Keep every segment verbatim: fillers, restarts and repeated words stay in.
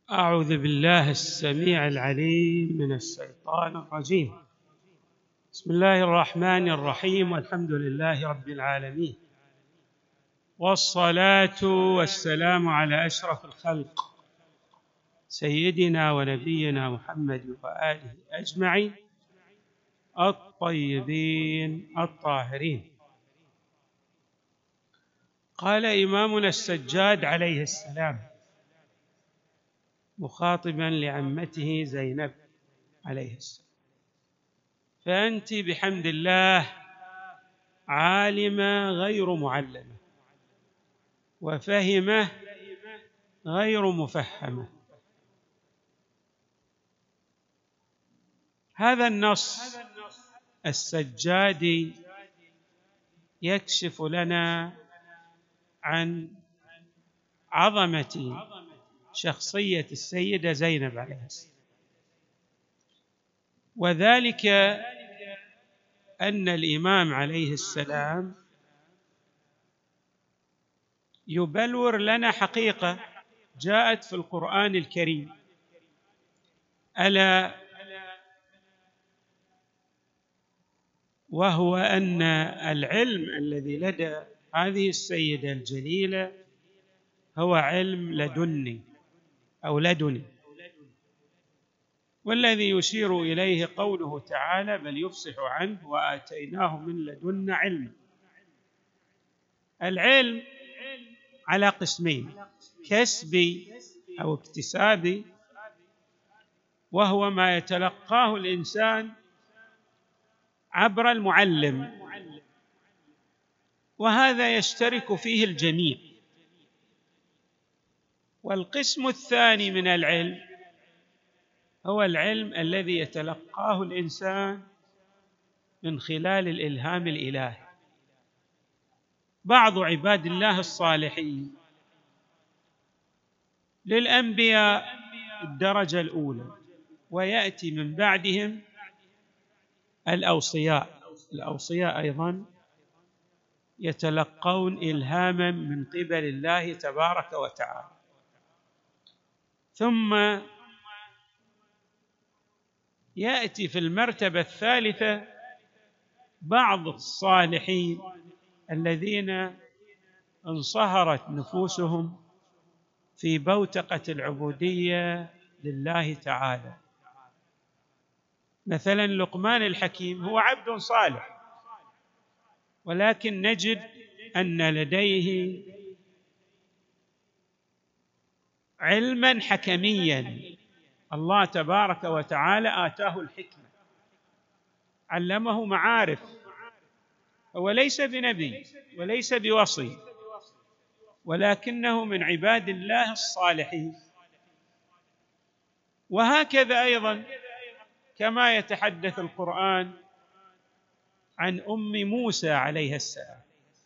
أعوذ بالله السميع العليم من الشيطان الرجيم. بسم الله الرحمن الرحيم، والحمد لله رب العالمين، والصلاة والسلام على أشرف الخلق سيدنا ونبينا محمد وآله أجمعين الطيبين الطاهرين. قال إمامنا السجاد عليه السلام مخاطبا لعمته زينب عليه السلام: فأنت بحمد الله عالمة غير معلمة، وفهمة غير مفهمة. هذا النص السجادي يكشف لنا عن عظمة شخصية السيدة زينب عليه السلام، وذلك أن الإمام عليه السلام يبلور لنا حقيقة جاءت في القرآن الكريم، ألا وهو أن العلم الذي لدى هذه السيدة الجليلة هو علم لدني أو لدني، والذي يشير إليه قوله تعالى: بل يفصح عنه وآتيناه من لدنا علما. العلم على قسمين: كسبي أو اكتسابي، وهو ما يتلقاه الإنسان عبر المعلم، وهذا يشترك فيه الجميع. والقسم الثاني من العلم هو العلم الذي يتلقاه الإنسان من خلال الإلهام الإلهي. بعض عباد الله الصالحين للأنبياء الدرجة الأولى، ويأتي من بعدهم الأوصياء. الأوصياء أيضاً يتلقون إلهاماً من قبل الله تبارك وتعالى. ثم يأتي في المرتبة الثالثة بعض الصالحين الذين انصهرت نفوسهم في بوتقة العبودية لله تعالى. مثلا لقمان الحكيم هو عبد صالح، ولكن نجد أن لديه علما حكميا، الله تبارك وتعالى آتاه الحكمة، علمه معارف. هو ليس بنبي وليس بوصي، ولكنه من عباد الله الصالحين. وهكذا أيضا كما يتحدث القرآن عن أم موسى عليه السلام،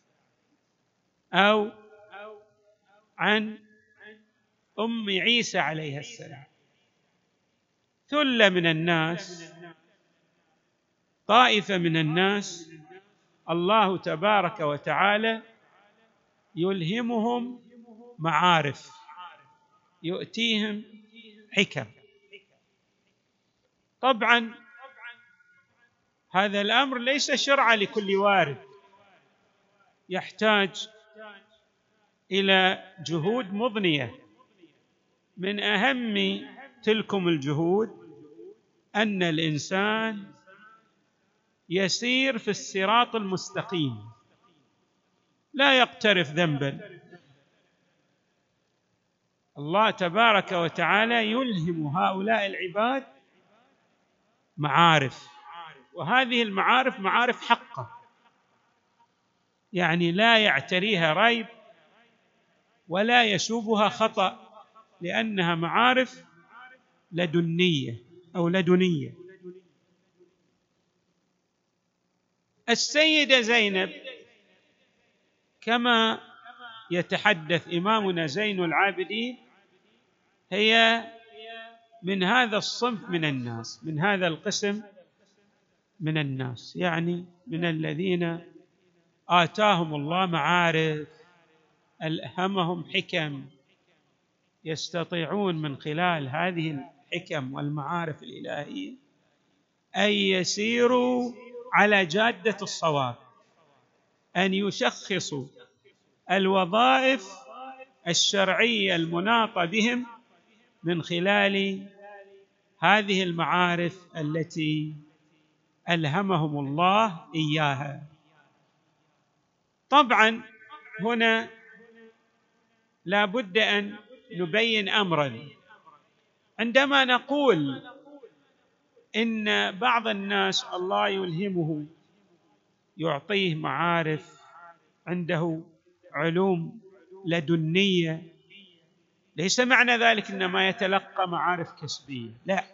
أو عن أم عيسى عليه السلام، ثلة من الناس، طائفة من الناس، الله تبارك وتعالى يلهمهم معارف، يؤتيهم حكم. طبعا هذا الأمر ليس شرعا لكل وارد، يحتاج إلى جهود مضنية. من أهم تلكم الجهود أن الإنسان يسير في الصراط المستقيم، لا يقترف ذنبا. الله تبارك وتعالى يلهم هؤلاء العباد معارف، وهذه المعارف معارف حقة، يعني لا يعتريها ريب ولا يشوبها خطأ، لأنها معارف لدنية أو لدنية. السيدة زينب كما يتحدث إمامنا زين العابدين هي من هذا الصنف من الناس، من هذا القسم من الناس، يعني من الذين آتاهم الله معارف، ألهمهم حكم. يستطيعون من خلال هذه الحكم والمعارف الإلهية أن يسيروا على جادة الصواب، أن يشخصوا الوظائف الشرعية المناطة بهم من خلال هذه المعارف التي ألهمهم الله إياها. طبعا هنا لا بد أن نبين أمرا. عندما نقول إن بعض الناس الله يلهمه، يعطيه معارف، عنده علوم لدنية، ليس معنى ذلك إنما يتلقى معارف كسبية، لا،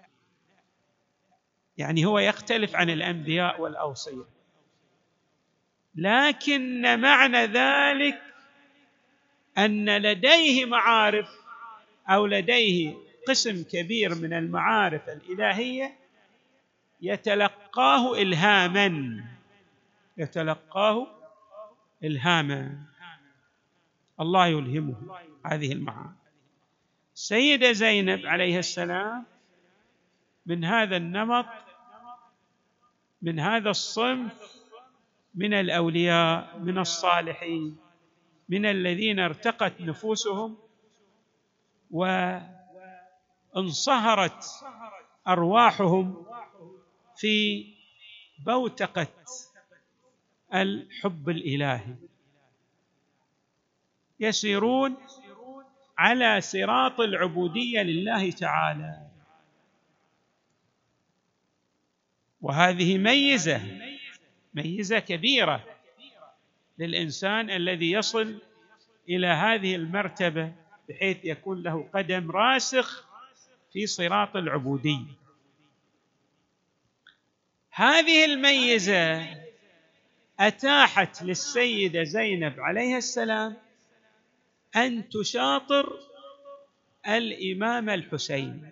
يعني هو يختلف عن الأنبياء والأوصياء، لكن معنى ذلك أن لديه معارف أو لديه قسم كبير من المعارف الإلهية يتلقاه إلهاماً، يتلقاه إلهاماً، الله يلهمه هذه المعارف. السيدة زينب عليه السلام من هذا النمط، من هذا الصنف من الأولياء، من الصالحين، من الذين ارتقت نفوسهم وانصهرت أرواحهم في بوتقة الحب الإلهي، يسيرون على صراط العبودية لله تعالى. وهذه ميزة ميزة كبيرة للإنسان الذي يصل إلى هذه المرتبة بحيث يكون له قدم راسخ في صراط العبودية. هذه الميزة أتاحت للسيدة زينب عليها السلام أن تشاطر الإمام الحسين،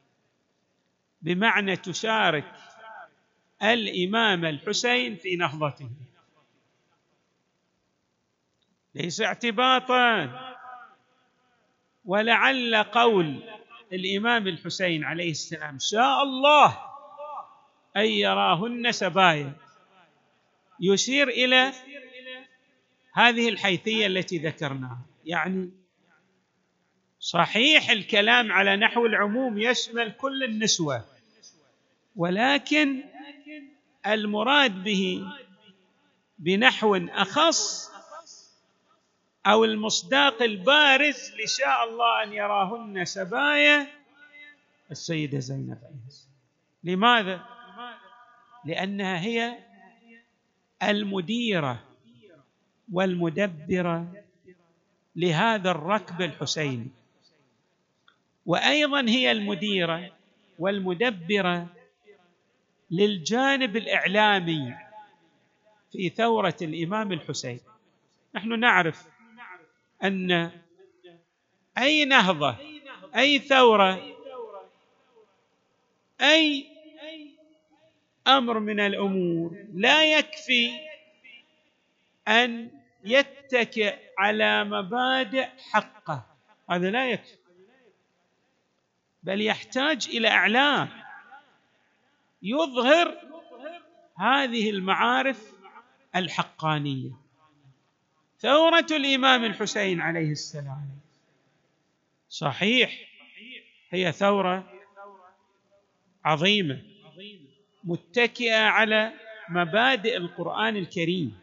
بمعنى تشارك الإمام الحسين في نهضته، ليس اعتباطا. ولعل قول الإمام الحسين عليه السلام شاء الله أن يراهن سبايا يشير إلى هذه الحيثية التي ذكرناها. يعني صحيح الكلام على نحو العموم يشمل كل النسوة، ولكن المراد به بنحو أخص أو المصداق البارز لشاء الله أن يراهن سبايا السيدة زينب عليه السلام. لماذا؟ لأنها هي المديرة والمدبرة لهذا الركب الحسيني، وأيضا هي المديرة والمدبرة للجانب الإعلامي في ثورة الإمام الحسين. نحن نعرف أن أي نهضة، أي ثورة، أي أمر من الأمور لا يكفي أن يتكئ على مبادئ حقه، هذا لا يكفي، بل يحتاج إلى إعلام يظهر هذه المعارف الحقانية. ثورة الإمام الحسين عليه السلام صحيح هي ثورة عظيمة متكئة على مبادئ القرآن الكريم،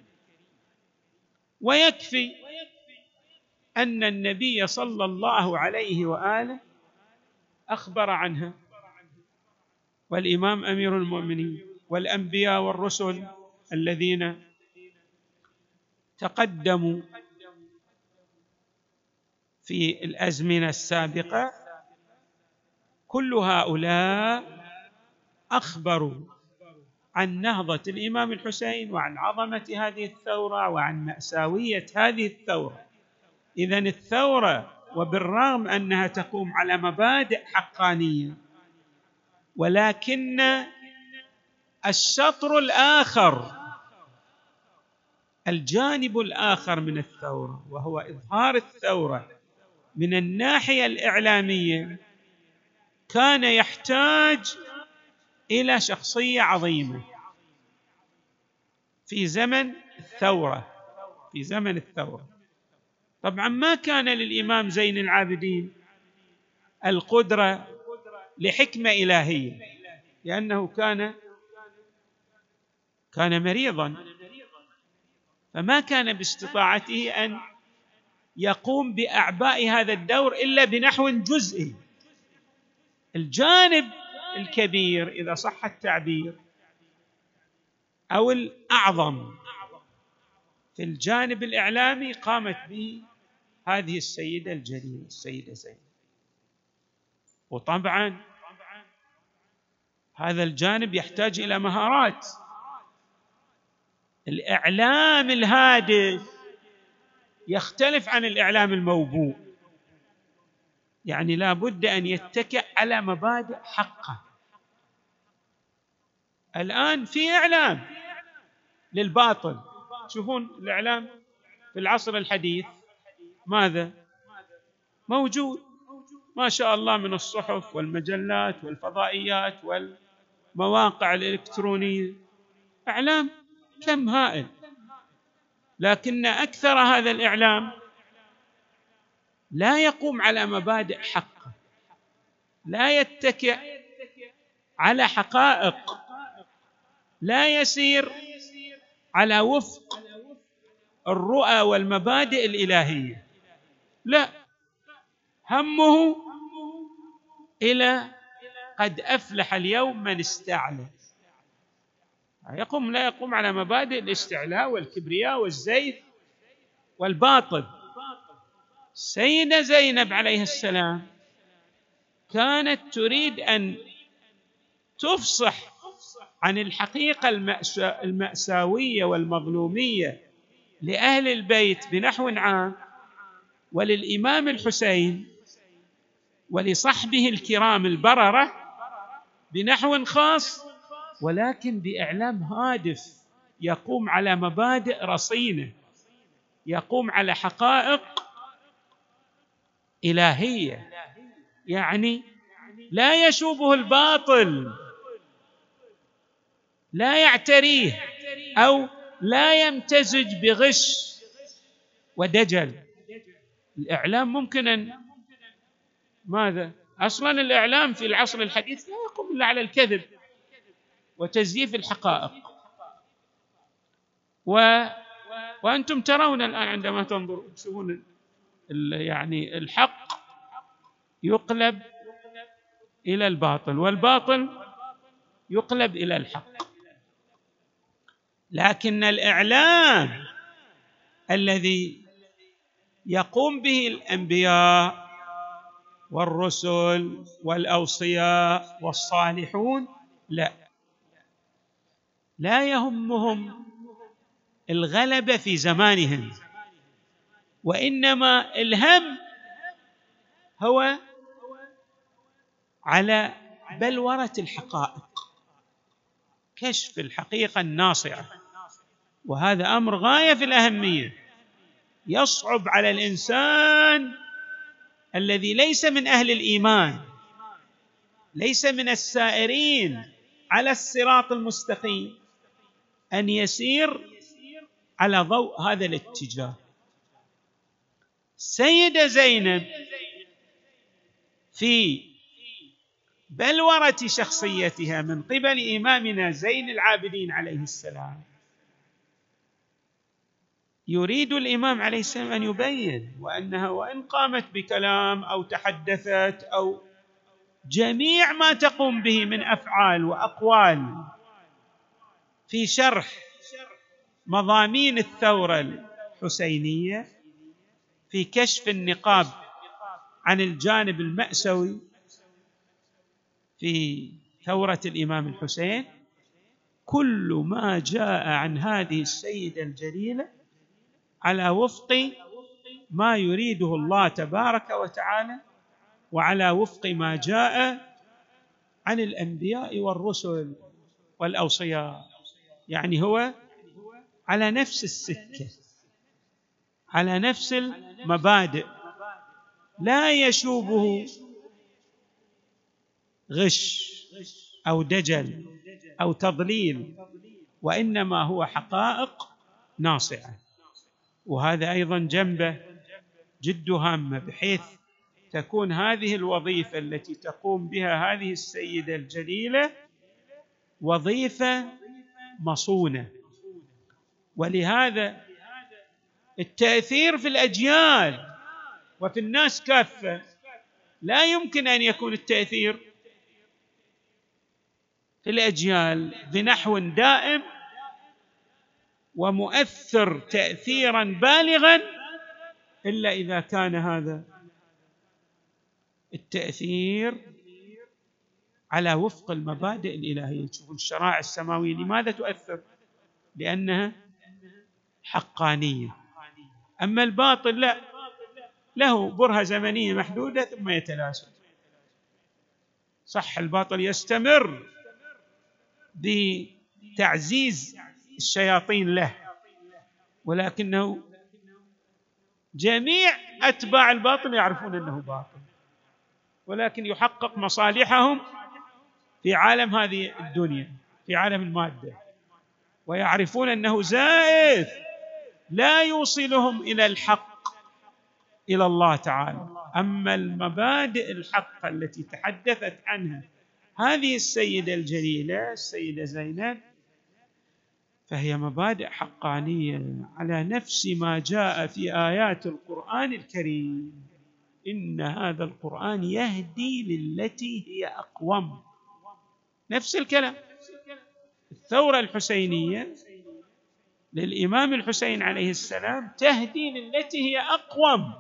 ويكفي أن النبي صلى الله عليه وآله أخبر عنها، والإمام أمير المؤمنين والأنبياء والرسل الذين تقدموا في الأزمنة السابقة، كل هؤلاء أخبروا عن نهضة الإمام الحسين وعن عظمة هذه الثورة وعن مأساوية هذه الثورة. إذن الثورة وبالرغم أنها تقوم على مبادئ حقانية، ولكن الشطر الآخر، الجانب الآخر من الثورة، وهو إظهار الثورة من الناحية الإعلامية كان يحتاج إلى شخصية عظيمة في زمن الثورة في زمن الثورة طبعا ما كان للإمام زين العابدين القدرة لحكمة إلهية، لأنه كان كان مريضا، فما كان باستطاعته أن يقوم بأعباء هذا الدور إلا بنحو جزئي. الجانب الكبير إذا صح التعبير أو الأعظم في الجانب الإعلامي قامت به هذه السيدة الجليلة السيدة زينب. وطبعا هذا الجانب يحتاج إلى مهارات. الإعلام الهادف يختلف عن الإعلام الموبوء، يعني لا بد أن يتكئ على مبادئ حقه. الآن في إعلام للباطل، تشوفون الإعلام في العصر الحديث ماذا موجود؟ ما شاء الله من الصحف والمجلات والفضائيات والمواقع الإلكترونية، إعلام كم هائل، لكن أكثر هذا الإعلام لا يقوم على مبادئ حقه، لا يتكئ على حقائق، لا يسير على وفق الرؤى والمبادئ الإلهية، لا، همه إلى قد أفلح اليوم من استعلى. يقوم لا يقوم على مبادئ الاستعلاء والكبرياء والزيف والباطل. السيدة زينب عليه السلام كانت تريد أن تفصح عن الحقيقة المأساوية والمظلومية لأهل البيت بنحو عام، وللإمام الحسين ولصحبه الكرام البررة بنحو خاص، ولكن بإعلام هادف يقوم على مبادئ رصينة، يقوم على حقائق إلهية، يعني لا يشوبه الباطل، لا يعتريه أو لا يمتزج بغش ودجل. الإعلام ممكن أن ماذا؟ أصلاً الإعلام في العصر الحديث لا يقوم إلا على الكذب وتزييف الحقائق. و... وأنتم ترون الآن عندما تنظروا تشوفون يعني الحق يقلب إلى الباطل والباطل يقلب إلى الحق. لكن الإعلام الذي يقوم به الأنبياء والرسل والأوصياء والصالحون لا لا يهمهم الغلبة في زمانهم، وإنما الهم هو على بلورة الحقائق، كشف الحقيقة الناصعة، وهذا أمر غاية في الأهمية. يصعب على الإنسان الذي ليس من أهل الإيمان، ليس من السائرين على الصراط المستقيم، أن يسير على ضوء هذا الاتجاه. السيدة زينب في بلورة شخصيتها من قبل إمامنا زين العابدين عليه السلام يريد الإمام عليه السلام أن يبين وأنها وإن قامت بكلام أو تحدثت أو جميع ما تقوم به من أفعال وأقوال في شرح مضامين الثورة الحسينية، في كشف النقاب عن الجانب المأساوي في ثورة الإمام الحسين، كل ما جاء عن هذه السيدة الجليلة على وفق ما يريده الله تبارك وتعالى، وعلى وفق ما جاء عن الأنبياء والرسل والأوصياء، يعني هو على نفس السكة، على نفس المبادئ. لا يشوبه غش أو دجل أو تضليل، وإنما هو حقائق ناصعة. وهذا أيضا جنبه جد هامة، بحيث تكون هذه الوظيفة التي تقوم بها هذه السيدة الجليلة وظيفة مصونة. ولهذا التأثير في الأجيال وفي الناس كافة لا يمكن أن يكون التأثير في الأجيال بنحو دائم ومؤثر تأثيرا بالغا إلا إذا كان هذا التأثير على وفق المبادئ الإلهية. تشوفون الشرائع السماوية لماذا تؤثر؟ لأنها حقانية. أما الباطل لا، له برهة زمنية محدودة ثم يتلاشى. صح الباطل يستمر بتعزيز الشياطين له، ولكنه جميع أتباع الباطل يعرفون أنه باطل، ولكن يحقق مصالحهم في عالم هذه الدنيا، في عالم المادة، ويعرفون أنه زائف لا يوصلهم إلى الحق، إلى الله تعالى. أما المبادئ الحق التي تحدثت عنها هذه السيدة الجليلة السيدة زينب فهي مبادئ حقانية على نفس ما جاء في آيات القرآن الكريم. إن هذا القرآن يهدي للتي هي أقوم، نفس الكلام. الثورة الحسينية للإمام الحسين عليه السلام تهدي للتي هي أقوم.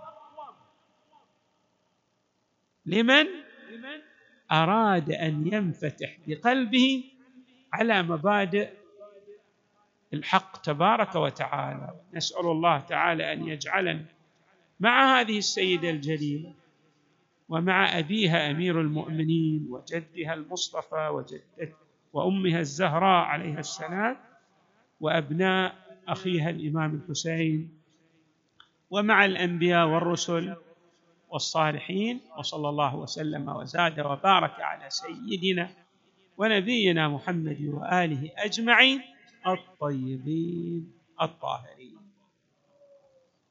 لمن أراد أن ينفتح بقلبه على مبادئ الحق تبارك وتعالى. نسأل الله تعالى أن يجعلنا مع هذه السيدة الجليلة ومع أبيها أمير المؤمنين وجدها المصطفى وجدت وأمها الزهراء عليها السلام وأبناء أخيها الإمام الحسين، ومع الأنبياء والرسل والصالحين. وصلى الله وسلم وزاد وبارك على سيدنا ونبينا محمد وآله أجمعين الطيبين الطاهرين.